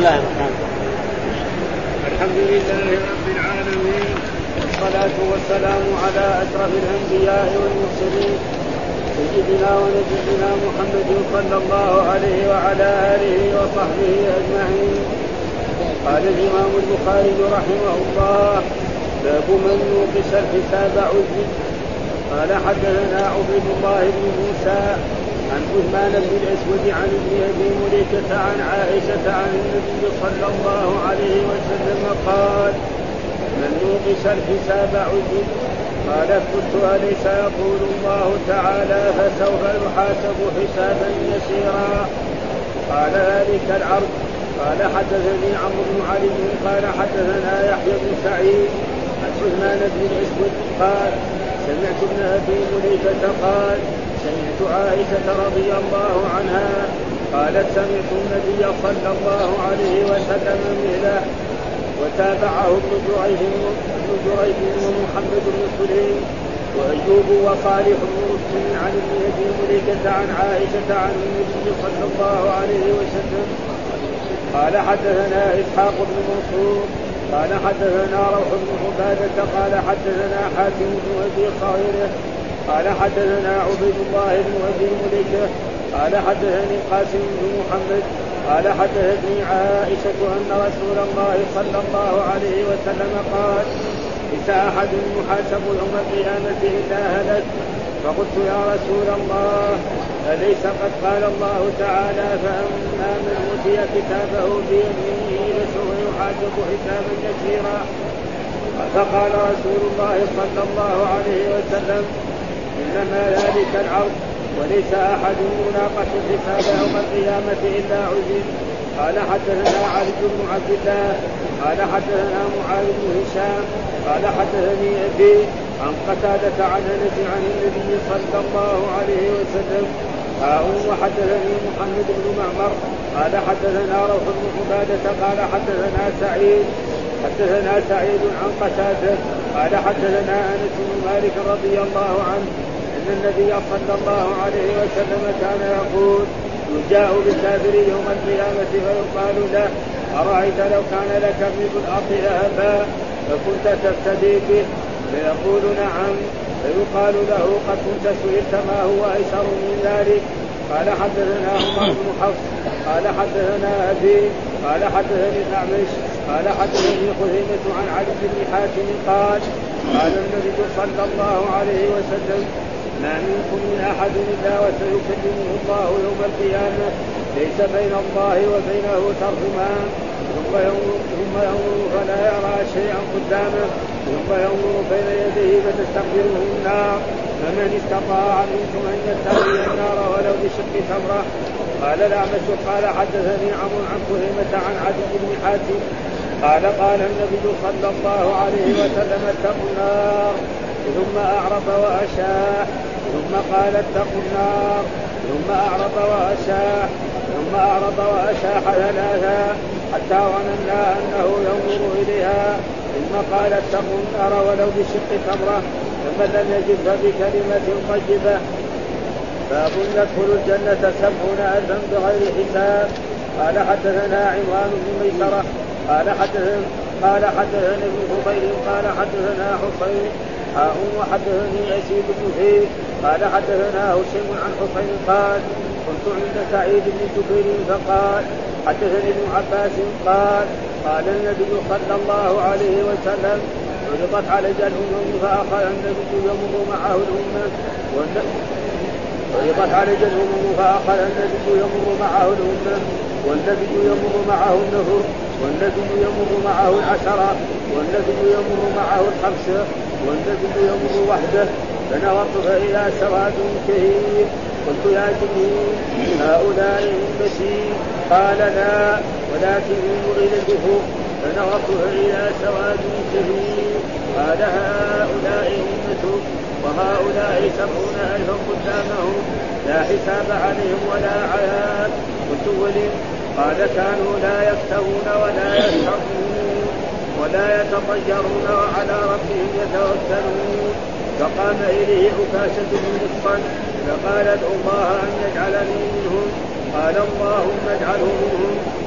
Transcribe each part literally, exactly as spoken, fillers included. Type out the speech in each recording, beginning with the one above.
الله الرحمن الرحيم. الحمد لله رب العالمين، والصلاة والسلام على أشرف الأنبياء والمرسلين سيدنا ونبينا محمد صلى الله عليه وعلى آله وصحبه أجمعين. قال الإمام البخاري رحمه الله: باب من نوقش الحساب عذب. قال حدثنا عبيد الله بن موسى عن عثمان بن الأسود عن ابن أبي مليكة عن عائشة عن النبي صلى الله عليه وسلم قال: من نوقش الحساب عذب. قال: قلت: أليس يقول الله تعالى: فسوف يحاسب حسابا يسيرا؟ قال: ذلك العرض. قال: حدثني عمرو بن علي قال حدثنا يحيى بن سعيد عن عثمان بن الأسود قال: سمعت ابن أبي مليكة قال: سمعت عائشة رضي الله عنها قالت: سمعت النبي صلى الله عليه وسلم مثله. وتابعه ابن جريج ومحمد بن سليم وأيوب وصالح بن مسلم عن ابن أبي مليكة عن عائشة عن النبي صلى الله عليه وسلم قال: حدثنا إسحاق بن منصور قال حدثنا روح بن عبادة قال حدثنا حاتم بن أبي صغيره قال حدثنا عبيد الله بن أبي مليكة قال حدثني قاسم بن محمد قال حدثتني عائشة أن رسول الله صلى الله عليه وسلم قال: ليس أحد يحاسب يوم القيامة إلا هلك. فقلت: يا رسول الله، أليس قد قال الله تعالى: فأما من أوتي كتابه بيمينه فسوف يحاسب حسابا يسيرا؟ فقال رسول الله صلى الله عليه وسلم: إنما ذلك العرض، وليس أحد يناقش الحساب يوم القيامة إلا عذب. قال: حدثنا علي بن عبد الله قال حدثنا معاذ بن هشام قال حدثني أبي عن قتادة عن أنس عن النبي صلى الله عليه وسلم. وحدثني محمد بن معمر قال حدثنا روح بن عبادة قال حدثنا سعيد حدثنا سعيد عن قتادة قال حدثنا أنس بن مالك رضي الله عنه أن النبي صلى الله عليه وسلم كان يقول: يجاء بالكافر يوم القيامة فيقال له: أرأيت لو كان لك ملك الأرض ذهبا فكنت تفتدي به؟ فيقول: نعم. فيقال له: قد كنت سئلت ما هو أيسر من ذلك؟ قال: حدثنا عمر بن حفص قال حدثنا أبي قال حدثني الأعمش قال حدثني خزيمة عن علي بن حاتم قال: قال النبي صلى الله عليه وسلم: ما منكم من أحد إلا وسيكلمه الله يوم القيامة ليس بين الله وبينه ترجمان، ثم ينظر ثم ينظر فلا يرى شيئا قدامه، ثم ينظر بين يديه فتستقبله النار، فمن استطاع منكم أن يتقي النار ولو بشق تمرة. قال الأعمش قال حدثني عمرو عن فهيمة عن عدي بن حاتم قال: قال النبي صلى الله عليه وسلم: اتقوا النار. ثم أعرض وأشاح ثم قال: اتقوا النار. ثم أعرض وأشاح ثم أعرض وأشاح ثلاثا حتى ظننا أنه ينظر إليها، ثم قال: اتقوا النار ولو بشق تمرة، فمن لم يجد فبكلمة طيبة. باب يدخل الجنة سبعون ألفا بغير حساب. قال حدثنا عمران بن ميسرة قال حدثنا قال حدثنا ابن فضيل قال حدثنا حسين حاء وحدثني يزيد بن زيد قال حدثنا هشيم عن حسين قال: كنت عند سعيد بن جبير فقال: حدثني ابن عباس قال: قال النبي صلى الله عليه وسلم: عرضت علي الأمم فأخذ النبي يمر معه الأمة عرضت علي الأمم فأخذ النبي يمر معه الأمة والنبي يمر معه النهر والنبي يمر معه العشرة والنبي يمر معه الخمسة والنبي يمر وحده، فنظرت فإذا سواد كثير. قلت: يا جبريل، هؤلاء أمتي؟ قال: لا، ولكن انظر إلى الأفق. فنظرت فإذا سواد كثير. قال: هؤلاء أمتك وهؤلاء سبعون ألفا قدامهم لا حساب عليهم ولا عذاب. قلت: ولم؟ قال: كانوا لا يكتوون ولا يسحقون ولا يتطيرون وعلى ربهم يتوكلون. فقام إليه عكاشة بن محصن فقال: ادعوا الله أن يجعلني منهم. قال: اللهم اجعله منهم. ثم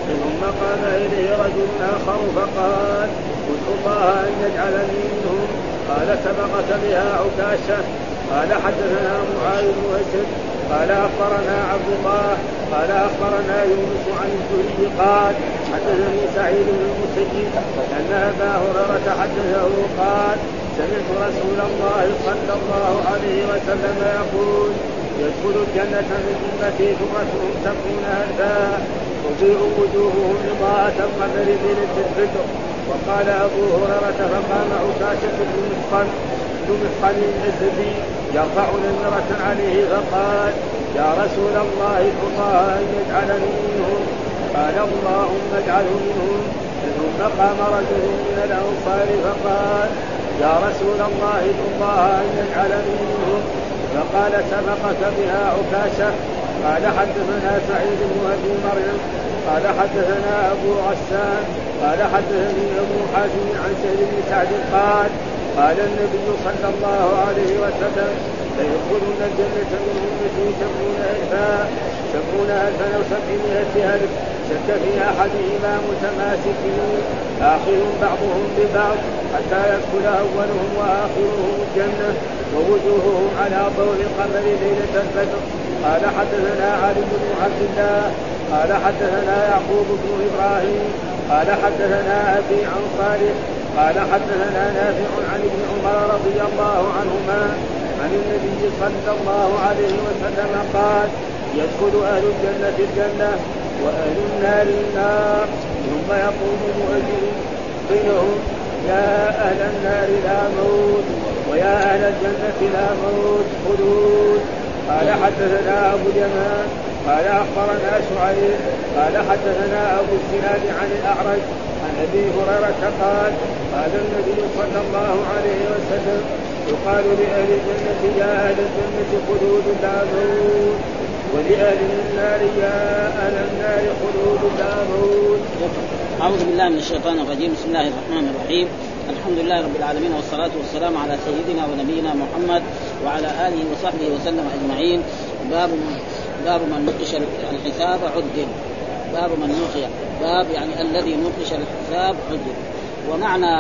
قام إليه رجل آخر فقال ادعو الله أن يجعلني منهم. قال سبقك بها عكاشة. قال حدثنا معاذ بن أسد قال أخبرنا عبد الله قال أخبرنا يونس عن الزهري قال حدثني سعيد بن المسيب أن أبا هريرة حدثه قال سمعت رسول الله صلى الله عليه وسلم يقول يدخل الجنة من أمتي ثمرتهم سبعون ألفا تضيء وجوههم إضاءة القمر ليلة الفجر. وقال أبو هريرة فقام عكاشة بن محصن بن محصن الأسدي يرفع نمرة عليه فقال يا رسول الله الله أن يجعلني منهم. قال اللهم اجعله منهم. ثم قام رجل من الأنصار فقال يا رسول الله الله أن يجعلني منهم. فقال سبقك بها عكاشة. قال حدثنا سعيد بن أبي مريم قال حدثنا أبو غسان قال حدثني أبو حازم عن سهل بن سعد قال قال النبي صلى الله عليه وسلم ليدخلون الجنة من أمتي سبعون ألفا سبعون ألفا أو سبعمائة ألف شك في أحدهما متماسكين آخر بعضهم ببعض حتى يدخل أولهم وآخرهم الجنة ووجوههم على ضوء القمر ليلة الفجر. قال حدثنا علي بن عبد الله قال حدثنا يعقوب بن إبراهيم قال حدثنا أبي عن صالح قال حدثنا نافع عن ابن عمر رضي الله عنهما عن النبي صلى الله عليه وسلم قال يدخل أهل الجنة الجنة وأهل النار النار ثم يقوم مؤذن بينهم يا أهل النار لا موت ويا أهل الجنة لا موت خلود. قال حدثنا أبو اليمان قال أخبرنا شعيب قال حدثنا أبو الزناد عن الأعرج عن أبي هريرة قال قال النبي صلى الله عليه وسلم يقال لأهل الجنة يا أهل الجنة خلود لا موت ولأهل النار يا أهل النار خلود لا موت. أعوذ بالله من الشيطان الرجيم. بسم الله الرحمن الرحيم. الحمد لله رب العالمين والصلاة والسلام على سيدنا ونبينا محمد وعلى آله وصحبه وسلم أجمعين. باب باب من نقش الحساب عدل. باب من نقش باب يعني الذي نقش الحساب عدل. ومعنى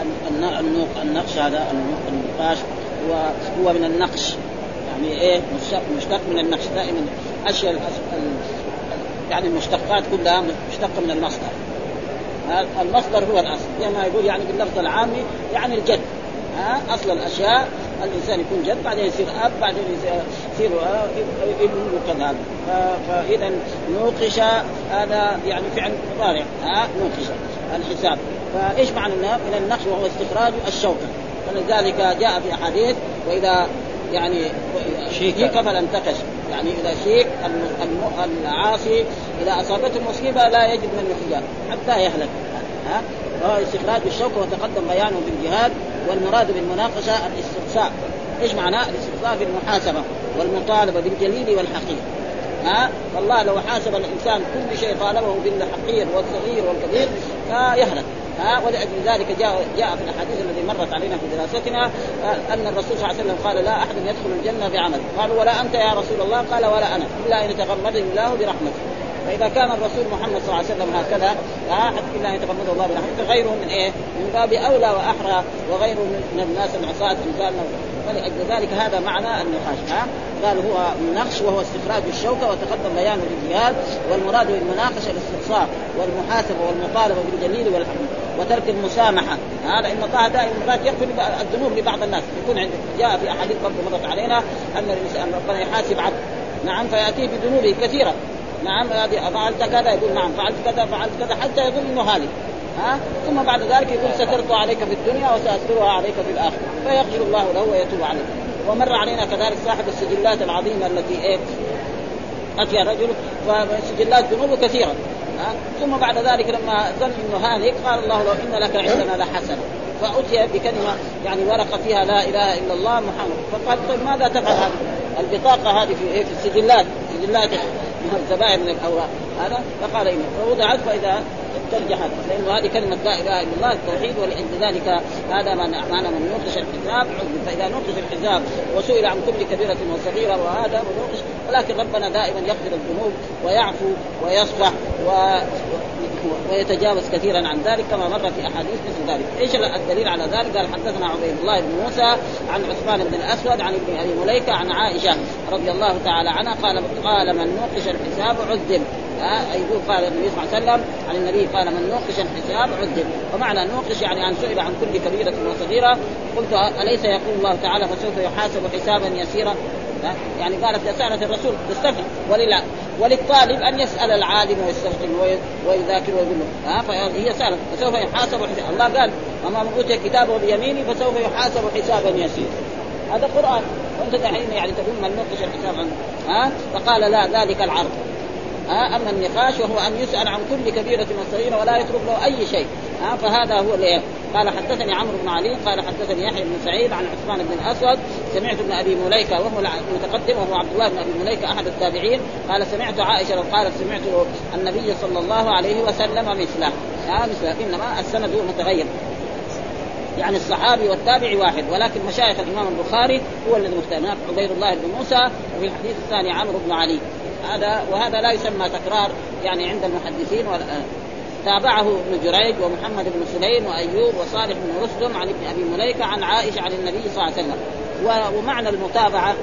النقش هذا النقاش هو هو من النقش يعني ايه مشتق من النقش. دائما اشياء يعني المشتقات كلها مشتقه من المصدر. المصدر هو الاصل زي ما يقول يعني باللفظ العامي يعني الجد. ها اصل الاشياء الانسان يكون جد بعدين يصير اب بعدين يصير ابن وكذا. فاذا نوقش هذا يعني فعل مضارع. ها نوقش الحساب. فايش معنى من النقش؟ وهو استخراج الشوكه. فلذلك جاء في احاديث واذا يعني شيك فلا انتقش يعني اذا شيك العاصي اذا اصابته مصيبه لا يجد من الحجاب حتى يهلك. ها وهو استخراج الشوكه وتقدم بيانه بالجهاد. والمراد بالمناقشه الاستقصاء. ايش معناه الاستقصاء؟ بالمحاسبه والمطالبه بالجليل والحقير. ها والله لو حاسب الانسان كل شيء طالبه بالحقير والصغير والكبير فيهلك. ها ولأجل ذلك جاء جاء في الاحاديث التي مرت علينا في دراستنا ان الرسول صلى الله عليه وسلم قال لا احد يدخل الجنه بعمل. قالوا ولا انت يا رسول الله؟ قال ولا انا الا ان يتغمدني الله برحمته. فاذا كان الرسول محمد صلى الله عليه وسلم هكذا حتى الا ان يتغمده الله برحمته غيره من ايه من باب اولى واحرى وغيره من الناس العصاة امثالنا. ولأجل ذلك هذا معنى النقاش. ها قال هو النقش وهو استخراج الشوكه وتقدم بيانه بالجهاد. والمراد بالمناقشه الاستقصاء والمحاسبه والمطالبه بالجليل والحمد وترك المسامحه. هذا ان الله دائما مرات يغفر الذنوب لبعض الناس. يكون عند جاء في احاديث قبل مرت علينا ان الانسان ربنا يحاسب عبد نعم فياتيه بذنوبه كثيره. نعم هذه فعلت كذا يقول نعم فعلت كذا فعلت كذا حتى يقول انه هالك. ها ثم بعد ذلك يقول سترت عليك في الدنيا وسأسترها عليك في الآخرة فيغفر الله له ويتوب عليه. ومر علينا كذلك صاحب السجلات العظيمة التي ايه أتي رجل وسجلات ذنوبه كثيرة. ها ثم بعد ذلك لما ظن انه هالك قال الله لو ان لك عندنا لحسنة فأتي بكلمة يعني ورقة فيها لا إله إلا الله محمد. فقال طيب ماذا تفعل هذه البطاقة هذه في في السجلات سجلات الزبائن من الأوراق هذا؟ فقال إنه فوضعت فإذا ترجحت لأنه هذه كلمة لا إله إلا الله التوحيد. ولأجل ذلك هذا معنى من نقش الحساب. فإذا نقش الحساب وسئل عن كل كبيرة وصغيرة وهذا ونقش ولكن ربنا دائما يغفر الذنوب ويعفو ويصفح و ويتجاوز كثيرا عن ذلك كما مر في أحاديث مثل ذلك. إيش الدليل على ذلك؟ قال حدثنا عبيد الله بن موسى عن عثمان بن الأسود عن ابن أبي مليكة عن عائشة رضي الله تعالى عنها قال قال من نوقش الحساب عذب. أي يقول قال النبي صلى الله عليه وسلم عن النبي قال من نوقش الحساب عذب. ومعنى نوقش يعني أن سئل عن كل كبيرة وصغيرة. قلت أليس يقول الله تعالى فسوف يحاسب حسابا يسيرا؟ يعني قالت سألت الرسول تستفهم ولله وللطالب أن يسأل العالم ويستفهم ويذاكر ويقول له ها فهي سألت فسوف يحاسب حسابا. الله قال وما من أوتي كتابه بيمينه فسوف يحاسب حسابا يسيرا. هذا قرآن وأنت دحين يعني تقول من نوقش الحساب عنه ها. فقال لا ذلك العرض. أما النقاش وهو أن يسأل عن كل كبيرة وصغيرة ولا يترك له أي شيء. فهذا هو اللي قال حدثني عمرو بن علي قال حدثني يحيى بن سعيد عن عثمان بن الأسود سمعت ابن أبي مليكة وهو المتقدم وهو عبد الله بن أبي مليكة أحد التابعين قال سمعت عائشة قالت سمعت النبي صلى الله عليه وسلم مثله. مثله إنما السند هو متغير يعني الصحابي والتابعي واحد ولكن مشايخ الإمام البخاري هو الذي مختلف. عبيد الله بن موسى وفي الحديث الثاني عمرو بن علي. هذا وهذا لا يسمى تكرار يعني عند المحدثين. تابعه ابن جريج ومحمد بن سليم وأيوب وصالح بن رستم عن ابن أبي مليكة عن عائشة عن النبي صلى الله عليه وسلم. ومعنى المتابعة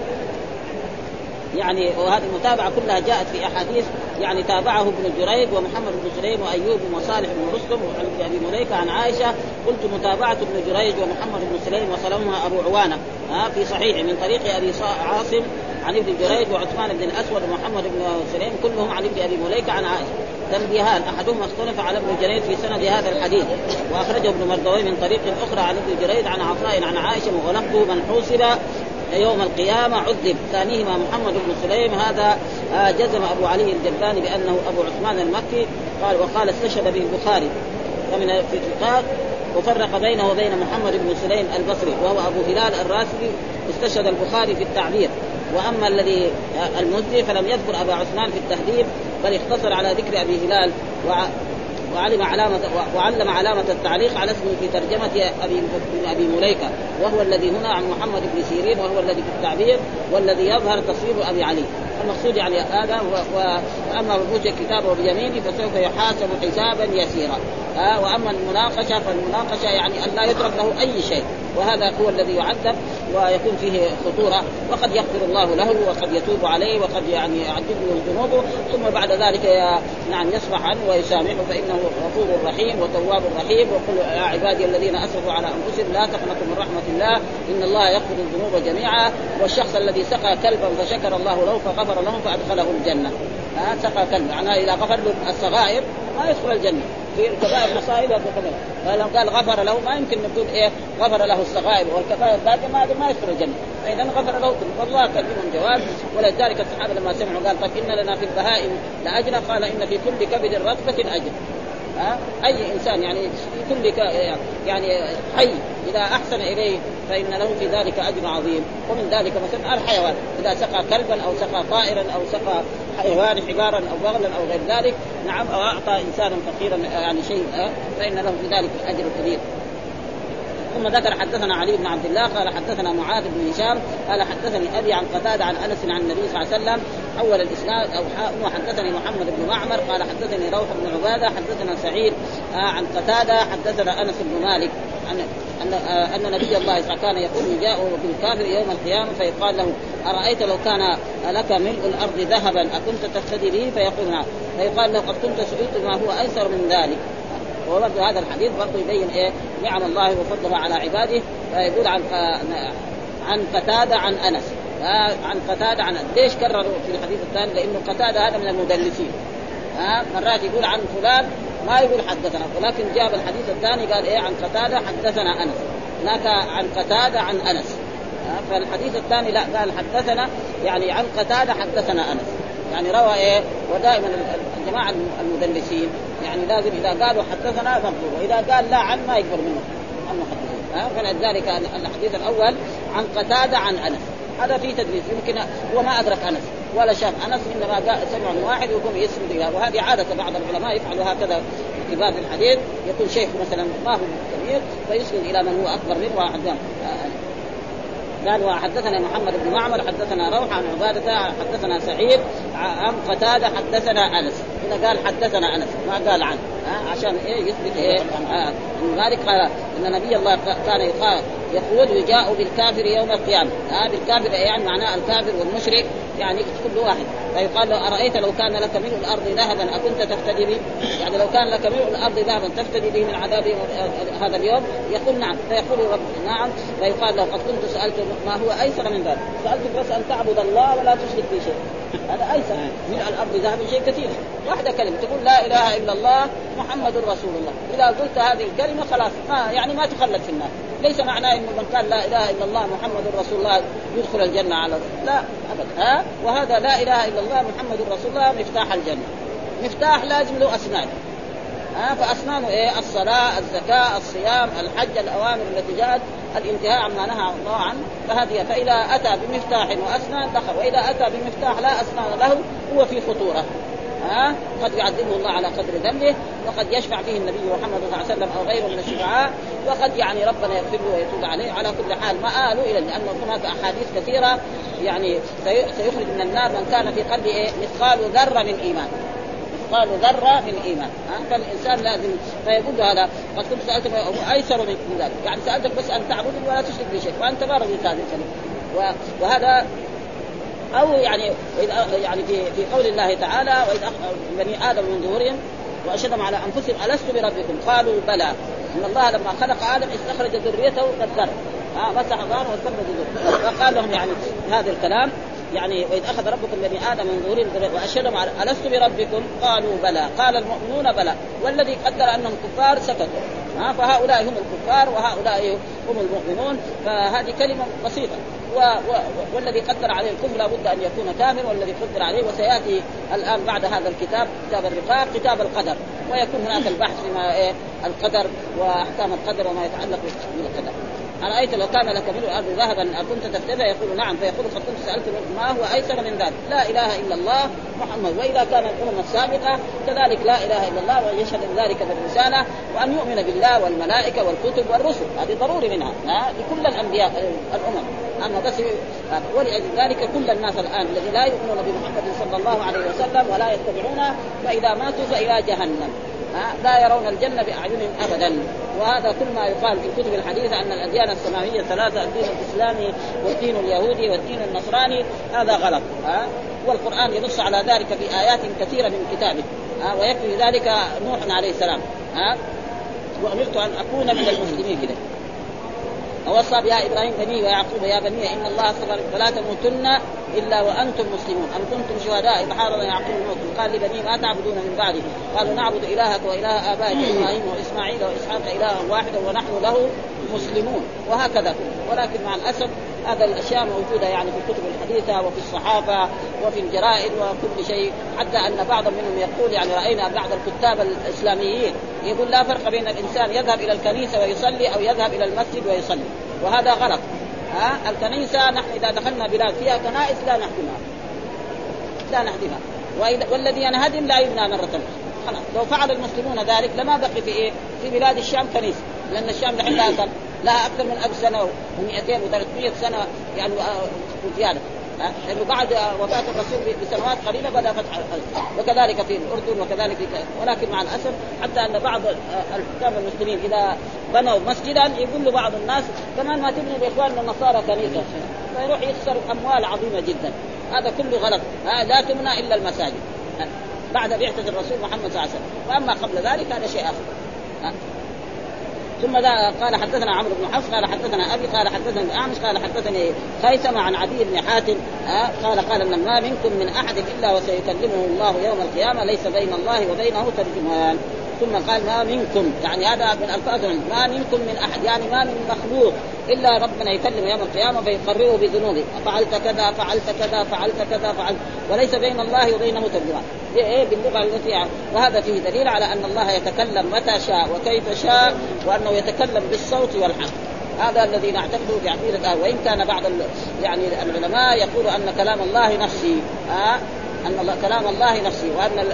يعني وهذه المتابعة كلها جاءت في أحاديث يعني تابعه ابن جريج ومحمد بن سليم وأيوب وصالح بن رستم عن ابن أبي مليكة عن عائشة. قلت متابعة ابن جريج ومحمد بن سليم وسلمها أبو عوانة في صحيح من طريق أبي عاصم عن ابن جريج وعثمان بن الأسود ومحمد بن سليم كلهم عن ابن أبي مليكة عن عائشة. تنبيهان أحدهما اختلف على ابن جريج في سند هذا الحديث وأخرجه ابن مردوي من طريق أخرى عن ابن جريج عن عطاء عن عائشة ولفظه من حوسب يوم القيامة عذب. ثانيهما محمد بن سليم هذا جزم أبو علي الجباني بأنه أبو عثمان المكي قال وقال استشهد به البخاري ومن في الفقه وفرق بينه وبين محمد بن سليم البصري وهو أبو هلال الراسبي استشهد البخاري في التعبير. وأما الذي المزي فلم يذكر أبا عثمان في التهذيب بل اختصر على ذكر أبي هلال وعلم علامة وعلم علامة التعليق على اسمه في ترجمة أبي بن أبي مليكة وهو الذي هنا عن محمد بن سيرين وهو الذي في التعبير والذي يظهر تصوير أبي علي. المقصود يعني هذا وأما وجه كتابه بيمينه فسوف يحاسب حسابا يسيرا. آه وأما المناقشة فالمناقشة يعني أن لا يترك له أي شيء وهذا هو الذي يعذب ويكون فيه خطورة وقد يغفر الله له وقد يتوب عليه وقد يعني يعذب له ذنوبه ثم بعد ذلك نعم يصفح عنه ويسامحه فإنه غفور رحيم وتواب رحيم. وقل يا عبادي الذين أسرفوا على أنفسهم لا تقنطوا من رحمة الله إن الله يغفر الذنوب جميعا. والشخص الذي سقى كلبا فشكر الله له فغفر له فأدخله الجنة. آه سقى كلب معناه إذا غفر له الصغائر ما يدخل الجنة في الكبائر مصائب وكبائر. فلو قال غفر له ما يمكن نقول إيه غفر له الصغائر والكبائر الباقية ما ما يدخل الجنة. فإذا غفر له والله كريم جواد. ولذلك الصحابة لما سمعوا قال طب إن لنا في البهائم لأجر قال إن في كل كبد رطبة أجر. ها أي إنسان يعني في كل يعني حي إذا أحسن إليه فإن له في ذلك أجر عظيم. ومن ذلك مثلا الحيوان إذا سقى كلبا أو سقى طائرا أو سقى حيوان حجارا أو بغلا أو غير ذلك نعم أو أعطى إنسانا فقيرا يعني شيء فإن له في ذلك أجر كبير. ثم ذكر حدثنا علي بن عبد الله قال حدثنا معاذ بن هشام قال حدثني أبي عن قتادة عن أنس عن النبي صلى الله عليه وسلم أول الإسناد أو حدثني محمد بن معمر قال حدثني روح بن عبادة حدثنا سعيد عن قتادة حدثنا أنس بن مالك أن أن أن نبي الله كان يقول جاء بالكافر يوم القيامة فيقال له أرأيت لو كان لك ملء الأرض ذهبا أكنت تفتدي به فيقول نعم فيقال له قد كنت سئلت ما هو أيسر من ذلك. وبرضه هذا الحديث برضه يبين إيه نعم الله وفضلها على عباده. فيقول عن عن قتادة عن أنس عن قتادة عن ليش كرروا في الحديث الثاني لأنه قتادة هذا من المدلسين. ها مرات يقول عن فلان ما يقول حدثنا ولكن جاب الحديث الثاني قال إيه عن قتادة حدثنا أنس هناك عن قتادة عن أنس. فالحديث الثاني لا قال حدثنا يعني عن قتادة حدثنا أنس يعني روى إيه. ودائما الجماعة المدلسين يعني لازم إذا قالوا حدثنا مقبول وإذا قال لا عن ما يقبل منه أنه حدثنا. فلذلك الحديث الأول عن قتادة عن أنس هذا فيه تدليس يمكن هو ما أدرك أنس ولا شاف أنس إنما سمع من واحد ويقوم يسند إليه. وهذه عادة بعض العلماء يفعلوا هكذا في باب الحديث يكون شيخ مثلا ما هو كبير فيسند إلى من هو أكبر منه واحد قال وحدثنا محمد بن معمر حدثنا روح عن عبادة حدثنا سعيد عن قتادة حدثنا أنس. هنا قال حدثنا أنس ما قال عنه عشان إيه يثبت إيه آه. ذلك قال إن نبي الله كان يقال يقول يجاء بالكافر يوم القيامة. آه بالكافر يعني معناه الكافر والمشرك يعني كل واحد. فيقال له أرأيت لو كان لك ملء الأرض ذهبا أكنت تفتدي به؟ يعني لو كان لك ملء الأرض ذهبا تفتدي به من عذاب هذا اليوم؟ يقول نعم. فيقول رب نعم. فيقال له قد كنت سألت ما هو أيسر من ذلك، سألتك بس أن تعبد الله ولا تشرك به شيء، هذا أيسر. ملء الأرض ذهبا شيء كثير، واحدة كلمة تقول لا إله إلا الله محمد رسول الله، إذا قلت هذه الكلمة خلاص ما يعني ما تخلد في النار. ليس معناه إنه من قال لا إله إلا الله محمد رسول الله يدخل الجنة على لا أبدا. ها وهذا لا إله إلا الله محمد رسول الله مفتاح الجنة، مفتاح لازم له أسنان. ها فأسنانه إيه؟ الصلاة، الزكاة، الصيام، الحج، الأوامر التي جاءت، الانتهاء عما نهى الله عنه. فهذه فإذا أتى بمفتاح وأسنان دخل، وإذا أتى بمفتاح لا أسنان له هو في خطورة. ها قد يعذبه الله على قدر ذنبه، وقد يشفع فيه النبي محمد صلى الله عليه وسلم أو غيره من الشفعاء، وقد يعني ربنا يغفر له ويتوب عليه. على كل حال ما آلوا إلى لأن هناك أحاديث كثيرة يعني سيخرج من النار من كان في قلبه إيه؟ مثقال ذرة من إيمان، مثقال ذرة من إيمان. فالإنسان لازم فيقول هذا قد كنت سألت أيسر من ذلك، يعني سألتك بس أن تعبد ولا تشرك بشيء وأنت بارد هذه الكلمة. وهذا أو يعني يعني في في قول الله تعالى وإذ بني آدم من ظهورهم وأشهدهم على أنفسهم ألست بربكم قالوا بلى. إن الله لما خلق آدم استخرج ذريته قدر ها مسح ظهره واستخرج ذريته، وقال لهم يعني هذا الكلام يعني وإذ أخذ ربكم بني آدم من ظهورهم وأشهدهم على ألست بربكم قالوا بلى قال المؤمنون بلى والذي قدر أنهم كفار سكتوا. ها فهؤلاء هم الكفار وهؤلاء هم المؤمنون. فهذه كلمة بسيطة. و... و... والذي قدر عليه الكفر لابد أن يكون كافر، والذي قدر عليه وسيأتي الآن بعد هذا الكتاب كتاب الرقاق كتاب القدر، ويكون هناك البحث فيما إيه القدر وأحكام القدر وما يتعلق بالقدر. أرأيت لو كان لك ملء الأرض ذهبا أكنت تفتدي؟ يقول نعم. فيقول قد كنت سألت ما هو أيسر من ذلك لا إله إلا الله محمد. وإذا كان الأمم السابقة كذلك لا إله إلا الله ويشهد ذلك بالرسالة وأن يؤمن بالله والملائكة والكتب والرسل، هذه ضروري منها لكل الأنبياء الأمم. أما بس ولذلك كل الناس الآن الذي لا يؤمنون بمحمد صلى الله عليه وسلم ولا يتبعونه فإذا ماتوا فإلى جهنم لا يرون الجنة بأعينهم أبدا. وهذا كل ما يقال في الكتب الحديثة أن الأديان السماوية ثلاثة، الدين الإسلامي والدين اليهودي والدين النصراني، هذا غلط. ها والقرآن ينص على ذلك في آيات كثيرة من كتابه. ها ويكفي ذلك نوح عليه السلام ها وأمرت أن أكون من المسلمين كده. ووصى بها إبراهيم بنيه ويعقوب يا بني إن الله اصطفى فلا تموتن إلا وأنتم مسلمون أم كنتم شهداء إذ حضر يعقوب الموت قال لبنيه ما تعبدون من بعده قالوا نعبد إلهك وإله آبائك إبراهيم وإسماعيل وإسحاق إلها واحدا ونحن له مسلمون. وهكذا. ولكن مع الأسف هذا الأشياء موجودة يعني في الكتب الحديثة وفي الصحافة وفي الجرائد وكل شيء، حتى أن بعض منهم يقول يعني رأينا بعض الكتاب الإسلاميين يقول لا فرق بين الإنسان يذهب إلى الكنيسة ويصلي أو يذهب إلى المسجد ويصلي، وهذا غلط. ها الكنيسة نحن إذا دخلنا بلاد فيها كنائس لا نهدمها لا نهدمها والذي ينهدم لا يبنى مرة أخرى. خلاص لو فعل المسلمون ذلك لما بقي في إيه في بلاد الشام كنيسة، لأن الشام دحين لها أكثر لها أكثر من ألف سنة ومئتين وثلاثمائة سنة يعني زيادة. لأنه بعد وفاة الرسول بسنوات قليلة بدأ فتح الأرض، وكذلك في الأردن وكذلك في ولكن مع الأسف حتى أن بعض الحكام المسلمين إذا بنوا مسجدا يقول له بعض الناس كمان ما تبنوا بإخواننا النصارى كنيسة، فيروح يخسر أموال عظيمة جدا. هذا كله غلط. لا تبنى إلا المساجد بعد بعثة الرسول محمد صلى الله عليه وسلم، وأما قبل ذلك هذا شيء آخر. ثم قال حدثنا عمرو بن حفص قال حدثنا أبي قال حدثني الأعمش قال حدثني خيثمة عن عدي بن حاتم قال قال إن ما منكم من أحد إلا وسيكلمه الله يوم القيامة ليس بين الله وبينه ترجمان. ثم قال ما منكم يعني هذا من ألفاظ ما منكم من أحد يعني ما من مخلوق إلا ربنا يكلم يوم القيامة فيقرره بذنوبه فعلت كذا فعلت كذا فعلت كذا فعلت وليس بين الله وبينه ترجمان. إيه باللغة التي وهذا فيه دليل على أن الله يتكلم متى شاء وكيف شاء وأنه يتكلم بالصوت والحرف. هذا الذي نعتقده بعقيدة الآن. وإن كان بعض يعني العلماء يقول أن كلام الله نفسي آه أن الله كلام الله نفسي وأن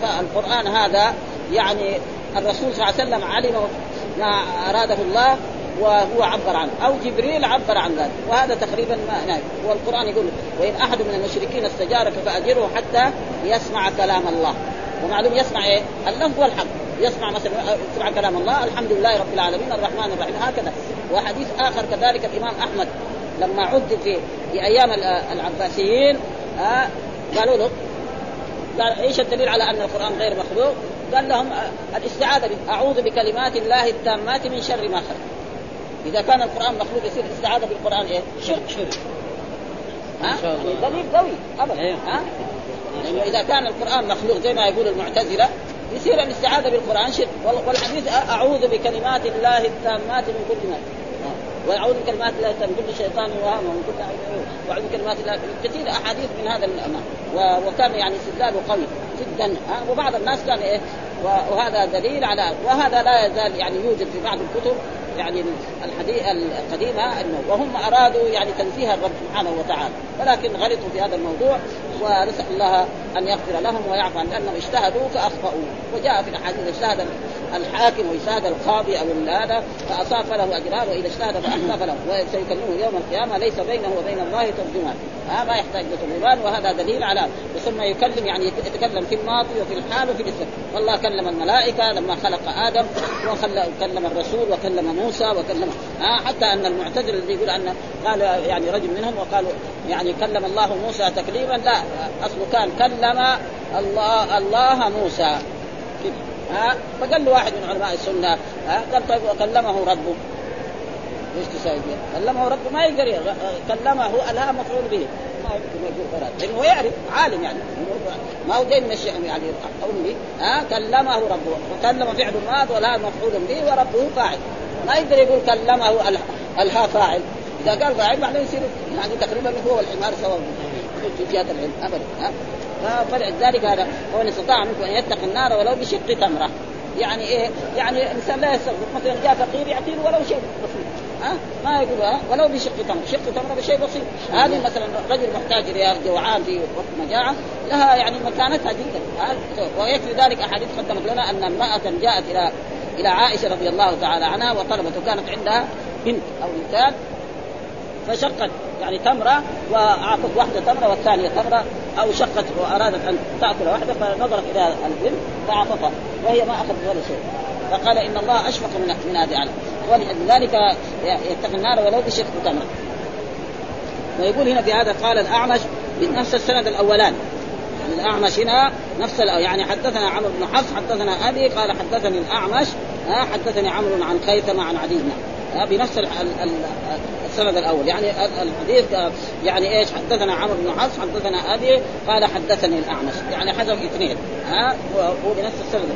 القرآن هذا يعني الرسول صلى الله عليه وسلم علم ما أراده الله وهو عبر عنه أو جبريل عبر عن ذلك، وهذا تقريبا ما نعم. والقرآن يقول وإن أحد من المشركين استجارك فأجره حتى يسمع كلام الله. ومعلوم يسمع إيه؟ اللفظ والحق. يسمع مثلا يسمع كلام الله الحمد لله رب العالمين الرحمن الرحيم هكذا. وحديث آخر كذلك الإمام أحمد لما عد في في أيام العباسيين آه قالوا له قال ايش الدليل على ان القرآن غير مخلوق؟ قال لهم الاستعاذة اعوذ بكلمات الله التامات من شر ما خلق. اذا كان القرآن مخلوق يصير الاستعاذة بالقرآن ايه؟ شرك شرك. ها؟ دليل قوي ابدا. ها؟ لانه اذا كان القرآن مخلوق زي ما يقول المعتزلة يصير الاستعاذة بالقرآن شرك. والحديث اعوذ بكلمات الله التامات من كل ما وأعوذ بكلمات الله من كل شيطان وهم ومن كل عين وأعوذ بكلمات الله كثير أحاديث من هذا الأمر. وكان يعني استدلاله قوي جدا. وبعض الناس كان إيه وهذا دليل على وهذا لا يزال يعني يوجد في بعض الكتب يعني الحديث القديمة إنه وهم أرادوا يعني تنزيه الرب سبحانه وتعالى ولكن غلطوا في هذا الموضوع ونسأل الله أن يغفر لهم ويعفو عن لأنهم اجتهدوا فأخطأوا. وجاء في الحديث اجتهد الحاكم واجتهد القاضي أو هذا فأصاب له أجران وإذا اجتهد فأخطأ له وسيكلمه يوم القيامة ليس بينه وبين الله ترجمان. هذا ما يحتاج لترجمان وهذا دليل على ثم يكلم يعني يتكلم في الماضي وفي الحال وفي الاستقبال. والله كلم الملائكة لما خلق آدم وكلم الرسول وكلم موسى وكلم آه حتى أن المعتزلة الذي يقول أن قال يعني رجل منهم وقالوا يعني كلم الله موسى تكليما لا أصله كان كلم الله الله موسى ها. فقال له واحد من علماء السنة ها قال طيب وكلمه ربه ايش تساوي؟ كلمه ربه ما يقدر كلمه الها مفعول به ما يمكن يقول فراد لأنه هو يعرف عالم يعني ما هو جاي من الشيء يعني أمي ها كلمه ربه وكلم فعل ماض ولا مفعول به وربه فاعل ما يقدر يقول كلمه الها فاعل. إذا قال فاعل معناه يصير يعني تقريبا هو والحمار سواء في جهة العلم أبدا ها. فلذلك هذا هو ان استطاع منكم ان يتقي النار ولو بشق تمره. يعني ايه؟ يعني الانسان لا يستغرب مثلا جاء فقير يعطيه ولو شيء بسيط ها ما يقول ها ولو بشق تمره. شق تمره بشيء بسيط. هذه مثلا رجل محتاج ريال جوعان في وقت مجاعه لها يعني مكانتها جدا. ويكفي ذلك احاديث قدمت لنا ان امراه جاءت الى الى عائشه رضي الله تعالى عنها وطلبت وكانت عندها بنت او بنتان فشقت يعني تمرة وأعطت واحدة تمرة والثانية تمرة أو شقت وأرادت أن تأكل واحدة فنظرت إلى البنت فأعطتها وهي ما أخذت ولا شيء فقال إن الله أشفق من من هذه العالم ولذلك يتقي النار ولو بشق تمرة. ويقول هنا في هذا قال الأعمش بنفس السند الأولاني يعني الأعمش هنا نفس يعني حدثنا عمرو بن حفص حدثنا أبي قال حدثني الأعمش حدثني عمرو عن خيثمة عن عدي بنفس السند الأول. يعني الحديث يعني إيش حدثنا عمرو بن حفص حدثنا أبي قال حدثني الأعمش يعني حذف اثنين ها هو بنفس السند.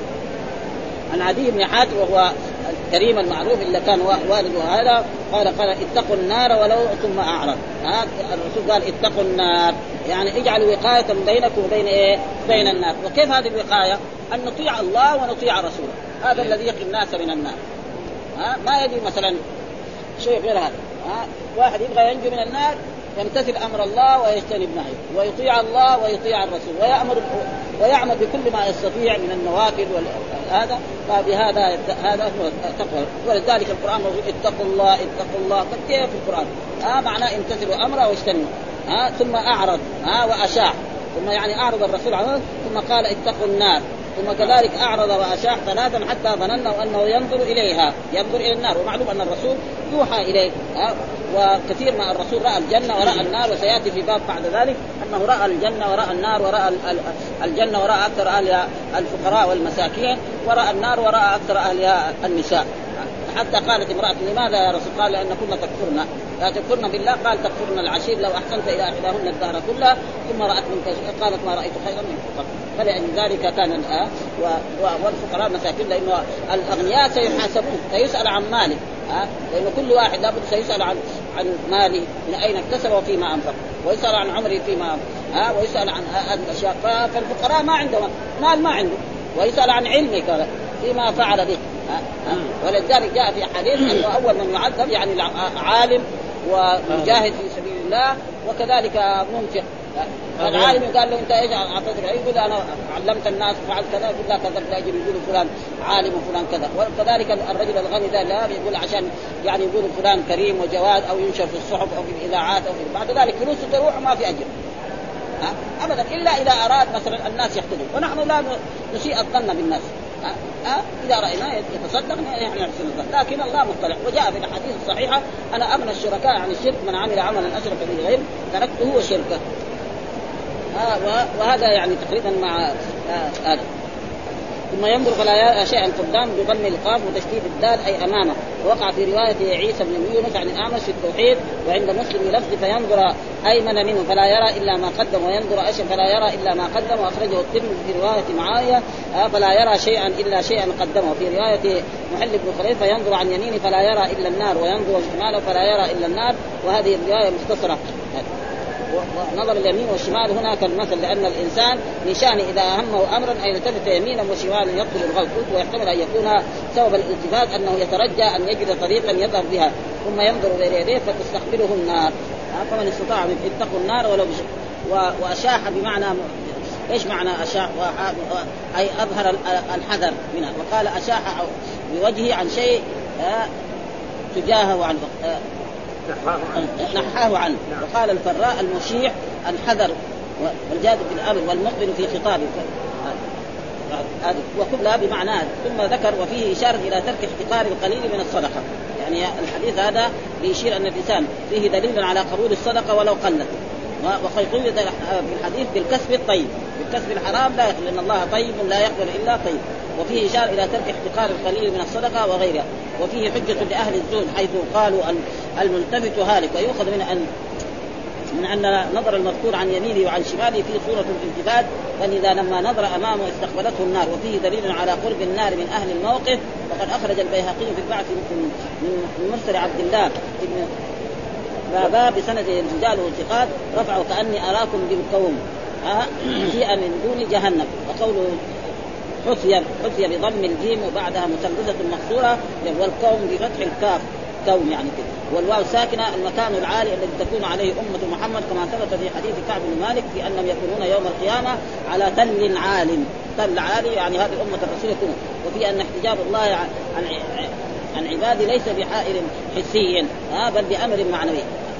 عن عدي بن حاتم وهو الكريم المعروف اللي كان والده هذا قال قال اتقوا النار ولو ثم أعرض ها. الرسول قال اتقوا النار يعني اجعلوا وقاية بينكم وبين إيه بين النار. وكيف هذه الوقاية؟ أن نطيع الله ونطيع رسوله هذا الذي يقي الناس من النار. ها ما يجي مثلا شيء غير هذا. ها واحد يبغى ينجو من النار يمتثل أمر الله ويجتنب نهيه ويطيع الله ويطيع الرسول ويأمر ويعمل بكل ما يستطيع من النوافل وهذا فبهذا هذا هو التقوى. ولذلك القرآن يقول اتقوا الله اتقوا الله كيف في القرآن ها معناه امتثلوا أمره واجتنبوا ها ثم أعرض ها وأشاع ثم يعني أعرض الرسول عنه ثم قال اتقوا النار ثم كذلك أعرض وأشاع ثلاثا حتى ظننا أنه ينظر إليها ينظر إلى النار. ومعلوم أن الرسول يوحى إليه ها وكثير ما الرسول رأى الجنة ورأى النار وسيأتي في باب بعد ذلك أنه رأى الجنة ورأى النار ورأى الجنة ورأى أكثر أهلها الفقراء والمساكين ورأى النار ورأى أكثر أهلها النساء. حتى قالت امرأة لماذا يا رسول قال لأن كنا تكفرنا لا تكفرنا بالله قال تكفرنا العشير لو أحسنت إلى إحداهن الدهر كلها ثم رأت منك قالت ما رأيت خيرا منك. فلأن ذلك كان الآن والفقراء المساكين لأنه الأغنياء سيحاسبون سيسأل عن ماله لأنه كل واحد لابد سيسأل عن عن ماله من أين اكتسب وفيما أنفق ويسأل عن عمره فيما ها ويسأل عن الأشياء. فالفقراء ما عندهم مال ما عنده ويسأل عن علمك فيما فعل به. ولذلك جاء في حديث أنه أول من يعذب يعني عالم ومجاهد في سبيل الله وكذلك منفق العالم قال له انت ايش اعطيتك؟ يقول انا علمت الناس وفعلت كذا، يقول لا كذا لاجل يقولوا فلان عالم وفلان كذا. وكذلك الرجل الغني ذا لا يقول عشان يعني يقولوا فلان كريم وجواد او ينشر في الصحف او في الاذاعات او في بعد ذلك فلوسه تروح وما في اجر ها ابدا الا اذا اراد مثلا الناس يقتدوا. ونحن لا نسيء الظن بالناس ها أه؟ إذا رأينا يتصدق يعني يحسن الظن، لكن الله مطلع. وجاء في الحديث الصحيحة أنا أمن الشركاء عن الشرك من عمل عملا أشرك به غيره تركته وشركه. آه وهذا يعني تقريبا مع هذا. آه ثم ينظر فلا يرى شيئا قدام بضم القاف وتشديد الدال أي أمامه. ووقع في رواية عيسى بن يونس عن الأعمش في التوحيد وعند مسلم لفظ فينظر أيمن منه فلا يرى إلا ما قدم وينظر أشم فلا يرى إلا ما قدم. وأخرجه الترمذي في رواية معاوية آه فلا يرى شيئا إلا شيئا قدمه. في رواية محل بن خليل فينظر عن يمينه فلا يرى إلا النار وينظر شماله فلا يرى إلا النار. وهذه الرواية مختصرة. ونظر اليمين والشمال هنا كالمثل، لأن الإنسان نشان إذا أهمه أمرا أن يلتفت يمينا وشمالا يطلب الغلط، ويحتمل أن يكون سبب الالتفات أنه يترجى أن يجد طريقا يذهب بها ثم ينظر بين يديه فتستقبله النار. فمن استطاع من اتقوا النار ولو بش... و... وأشاح بمعنى إيش معنى أشاح؟ و... أي أظهر الحذر منها. وقال أشاح بوجهه عن شيء تجاهه عن نحاه عنه. وقال الفراء المشيع الحذر والجاد بالأمر والمقبل في خطابه وكلها بمعنى هذا. ثم ذكر وفيه إشارة إلى ترك احتقار القليل من الصدقة. يعني الحديث هذا بيشير أن الإنسان فيه دليل على قبول الصدقة ولو قلت. وخيطية في الحديث بالكسب الطيب، بالكسب الحرام لا يقبل، لأن الله طيب لا يقبل إلا طيب. وفيه إشارة إلى ترك احتقار القليل من الصدقة وغيرها. وفيه حجة لأهل الزهد حيث قالوا الملتفت هالك. ويؤخذ من أن من أن نظر المذكور عن يمينه وعن شماله في صورة الالتفات، فإذا لما نظر أمامه استقبلته النار. وفيه دليل على قرب النار من أهل الموقف. وقد أخرج البيهقي في البعث من مرسل عبد الله ابن بابا بسند الرجال والثقات رفعوا كأني أراكم بالقوم جيء من دون جهنم. وقوله حثي حثي بضم الجيم وبعدها مثلثة مقصورة والقوم بفتح الكاف كوم يعني كده. والواو ساكنة المكان العالي الذي تكون عليه أمة محمد كما ثبت في حديث كعب بن مالك في أنهم يكونون يوم القيامة على تل عال. تل عالي يعني هذه أمة الرسول يكون. وفي أن احتجاب الله عن عن عبادي ليس بحائل حسي بل بأمر معنوي.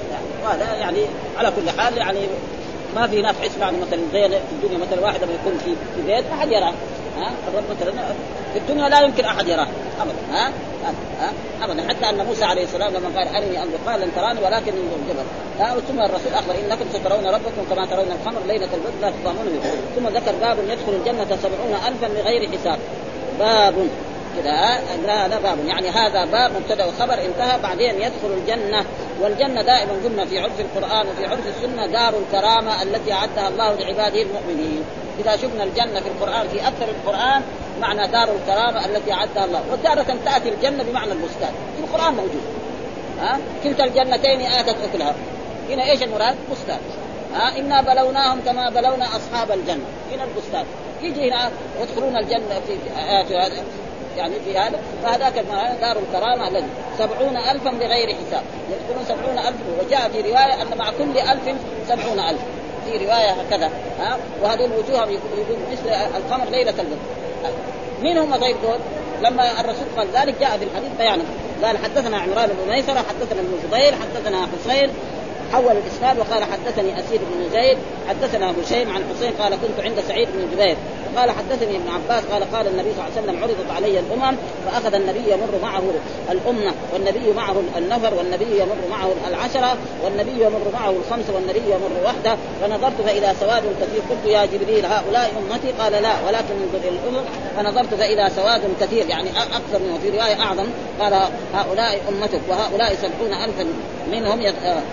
وهذا يعني على كل حال يعني ما في ناس حس يعني مثلا زي في الدنيا مثلا واحد لما يكون في في بيت ما حد يراه. ها الرب مثلا في الدنيا لا يمكن أحد يراه أبدا. ها ها أبدا. حتى أن موسى عليه السلام لما قال أرني أنظر قال لن تراني ولكن انظر الجبل. ها ثم الرسول أخبر إنكم سترون ربكم كما ترون القمر ليلة البدر لا تضامون به. ثم ذكر باب يدخل الجنة سبعون ألفا بغير حساب. باب كذا هذا باب يعني هذا باب مبتدأ وخبر انتهى. بعدين يدخل الجنة. والجنة دائما قلنا في عرف القرآن وفي عرف السنة دار الكرامة التي أعدها الله لعباده المؤمنين. إذا شفنا الجنة في القرآن في أكثر القرآن معنى دار الكرامة التي أعدها الله. وتارة تأتي الجنة بمعنى البستان في القرآن موجود. ها كلتا الجنتين آتت أكلها. هنا إيش المراد؟ بستان. ها إنا بلوناهم كما بلونا أصحاب الجنة. هنا البستان. يجي هنا يدخلون الجنة في آيات هذا يعني في هذا. فهذاك دار الكرامة الذي سبعون ألفا بغير حساب. يدخلون سبعون ألف. وجاء في رواية أن مع كل ألف سبعون ألف في رواية هكذا. ها وهذه الوجوه يقول مثل القمر ليلة البدر. مين هم غير دول؟ لما الرسول قال ذلك جاء في الحديث بيانه. قال حدثنا عمران بن ميسرة حدثنا ابن زبير حدثنا حسين حول الإسناد وقال حدثني أسيد بن زيد حدثنا هشيم عن حسين قال كنت عند سعيد بن جبير قال حدثني ابن عباس قال قال النبي صلى الله عليه وسلم عرضت علي الأمم فأخذ النبي يمر معه الأمة والنبي معه النفر والنبي يمر معه العشرة والنبي يمر معه الخمسة والنبي يمر وحده فنظرت فإذا سواد كثير قلت يا جبريل هؤلاء أمتي قال لا ولكن انظر إلى الأمم فنظرت فإذا سواد كثير يعني أكثر منه في رواية أعظم قال هؤلاء أمتك وهؤلاء سبعون ألفا منهم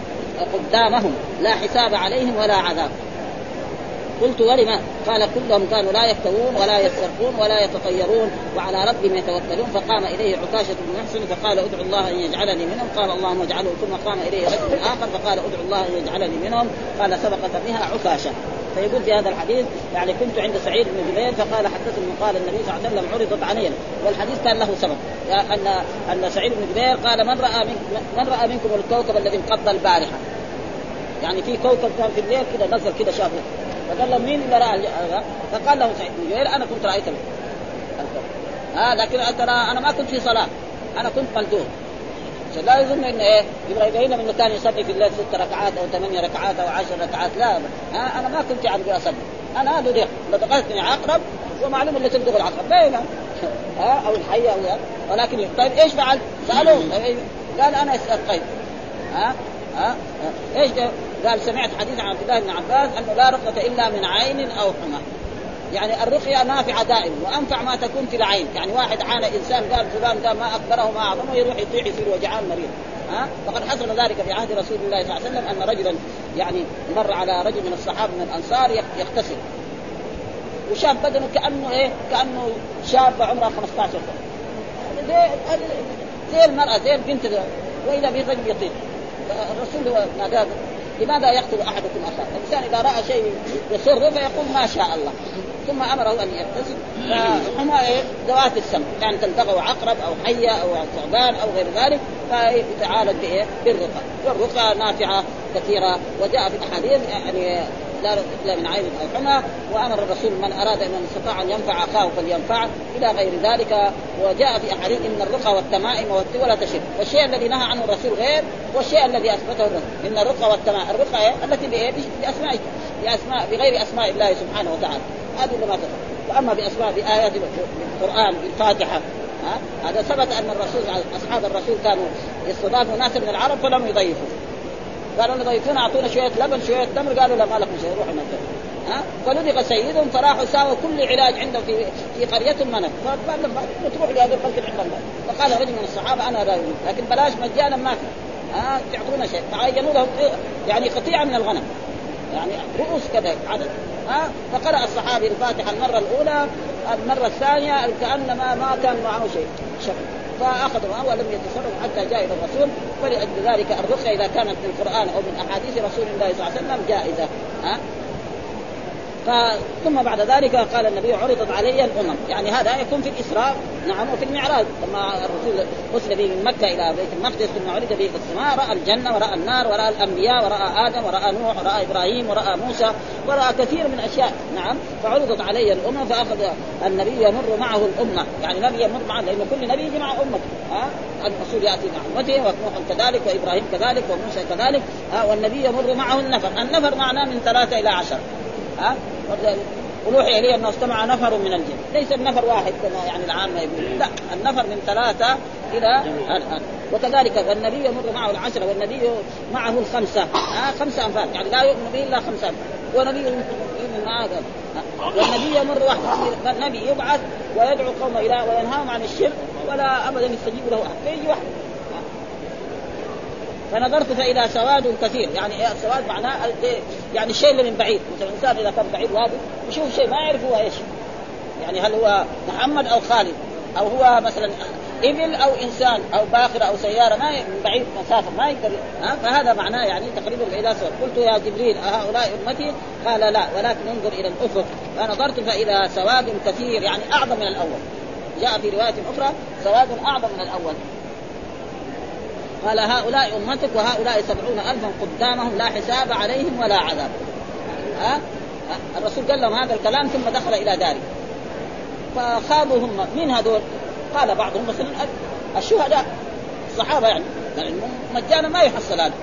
قدامهم لا حساب عليهم ولا عذاب. قلت ولما؟ قال كلهم كانوا لا يفترون ولا يسترقون ولا يتطيرون وعلى ربهم يتوكلون. فقام إليه عكاشة بن محصن فقال ادعو الله أن يجعلني منهم قال اللهم اجعله. ثم قام إليه رجل آخر فقال ادعو الله أن يجعلني منهم قال سبقت بها عكاشة. فيقول في هذا الحديث يعني كنت عند سعيد بن جبير فقال حدثني قال النبي صلى الله عليه وسلم عرضت علينا. والحديث كان له سبب أن أن سعيد بن جبير قال من رأى من من رأى منكم الكوكب الذي انقض البارحة يعني في كوكب كان في الليل كده نزل كده شافه، فقال له مين اللي رأى؟ فقال له سعيد بن جبير أنا كنت رأيته. ها لكن ترى أنا ما كنت في صلاة، أنا كنت ملدود. لا يظن إن إيه يبغى يبين إنه كان يصلي في الليل ست ركعات أو ثمانية ركعات أو عشر ركعات، لا ها أنا ما كنت يعني أصلي، أنا لدغ لدغتني عقرب ومعلوم اللي تلدغ العقرب باينة ها أو الحية أو ها. ولكن طيب إيش فعل؟ سألوه قال أنا استسقيت. ها ها إيش قال؟ سمعت حديث عن عبد الله بن عباس أنه لا رقية إلا من عين أو حمى. يعني الرقية نافعة دائما وأنفع ما تكون في العين. يعني واحد عانى إنسان قال فلان ده ما أكبره ما أعظمه يروح يطيع يصير وجعان مريض. ها فقد حصل ذلك في عهد رسول الله صلى الله عليه وسلم أن رجلا يعني مر على رجل من الصحابة من الأنصار يغتسل وشاب بدنه كأنه إيه كأنه شاب عمره خمسة عشر سنة زي زي المرأة زي البنت وإذا به رجل يطير. الرسول ناداه لماذا يقتل أحدكم أخاه؟ الإنسان إذا رأى شيء يسره فيقول ما شاء الله، ثم أمره أن يغتسل. فهما إيه ذوات السم يعني تلتقوا عقرب أو حية أو ثعبان أو غير ذلك فيتعالج بإيه بالرقى. والرقى نافعة كثيرة وجاء في الأحاديث يعني لا رقية من عين أو حمى. وأمر الرسول من أراد أن استطاع أن ينفع أخاه فلينفعه إلى غير ذلك. وجاء في أحاديث إن الرقى والتمائم والتولى تشرك. والشيء الذي نهى عنه الرسول غير والشيء الذي أثبته الرسول. إن الرقى والتمائم الرقى التي بإيه بأسماء بأسماء بغير أسماء الله سبحانه وتعالى هذه اللي ما تفعل. وأما بأسماء بآيات القرآن بالفاتحة ها هذا ثبت أن الرسول أصحاب الرسول كانوا يستضافوا ناس من العرب فلم يضيفوا، قالوا نضيفون أعطونا شوية لبن شوية تمر، قالوا لا ما لكم شيء روحوا نتفق. ها فلدغ سيدهم فراحوا ساووا كل علاج عنده في في قرية منك فقال لهم تروح لهذه القرية عندنا. فقال رجل من الصحابة أنا راوي لكن بلاش مجانا ما في ها تعطونا شيء. فعينوا لهم يعني قطيعة من الغنم يعني رؤوس كذا عدد. ها فقرأ الصحابي الفاتحة المرة الأولى المرة الثانية كأنما ما كان معه شيء شك فأخذوا ولم يتصرف حتى جاء إلى الرسول. فلأجل ذلك الرقية إذا كانت من القرآن أو من أحاديث رسول الله صلى الله عليه وسلم جائزة. ها ثم بعد ذلك قال النبي عرضت علي الأمم. يعني هذا يكون في الإسراء نعم وفي المعراج لما الرسول وصل به من مكة إلى بيت المقدس ثم عرض به في السماء رأى الجنة ورأى النار ورأى الأنبياء ورأى آدم ورأى نوح ورأى إبراهيم ورأى موسى ورأى كثير من أشياء. نعم فعرضت علي الأمم فأخذ النبي يمر معه الأمة. يعني نبي يمر معه لأن كل نبي يجي مع أمته. ها الرسول يأتي مع أمته ونوح كذلك وإبراهيم كذلك وموسى كذلك. ها والنبي يمر معه النفر. النفر معناه من ثلاثة إلى عشر. ها ولوحي إليه أنه استمع نفر من الجن. ليس النفر واحد كما يعني العامة يقول، لا النفر من ثلاثة إلى الآن. وكذلك والنبي يمر معه العشرة والنبي معه الخمسة. ها خمسة أنفار يعني لا يؤمن به إلا خمسة أنفار. ونبي يؤمن معه والنبي يمر واحد. النبي يبعث ويدعو قوم إلى وينهاهم عن الشرك ولا أبدا يستجيب له أحد فيجي واحد. فنظرت فإلى سواد كثير. يعني السواد معناه يعني الشيء اللي من بعيد. مثلا الإنسان إذا كان بعيد واضح يشوف شيء ما يعرف هو إيش. يعني هل هو محمد أو خالد أو هو مثلا إبل أو إنسان أو باخرة أو سيارة ما من بعيد مسافة ما يقدر. فهذا معناه يعني تقريبا إلى سواد. قلت يا جبريل هؤلاء أمتي؟ قال لا ولكن انظر إلى الأفق. فنظرت فإلى سواد كثير يعني أعظم من الأول. جاء في رواية أخرى سواد أعظم من الأول. قال هؤلاء أمتك وهؤلاء سبعون ألفا قدامهم لا حساب عليهم ولا عذاب. ها الرسول قال لهم هذا الكلام ثم دخل إلى داره فخاضوا هم من هذول. قال بعضهم مثلا الشهداء الصحابة يعني مجانا ما يحصل هذا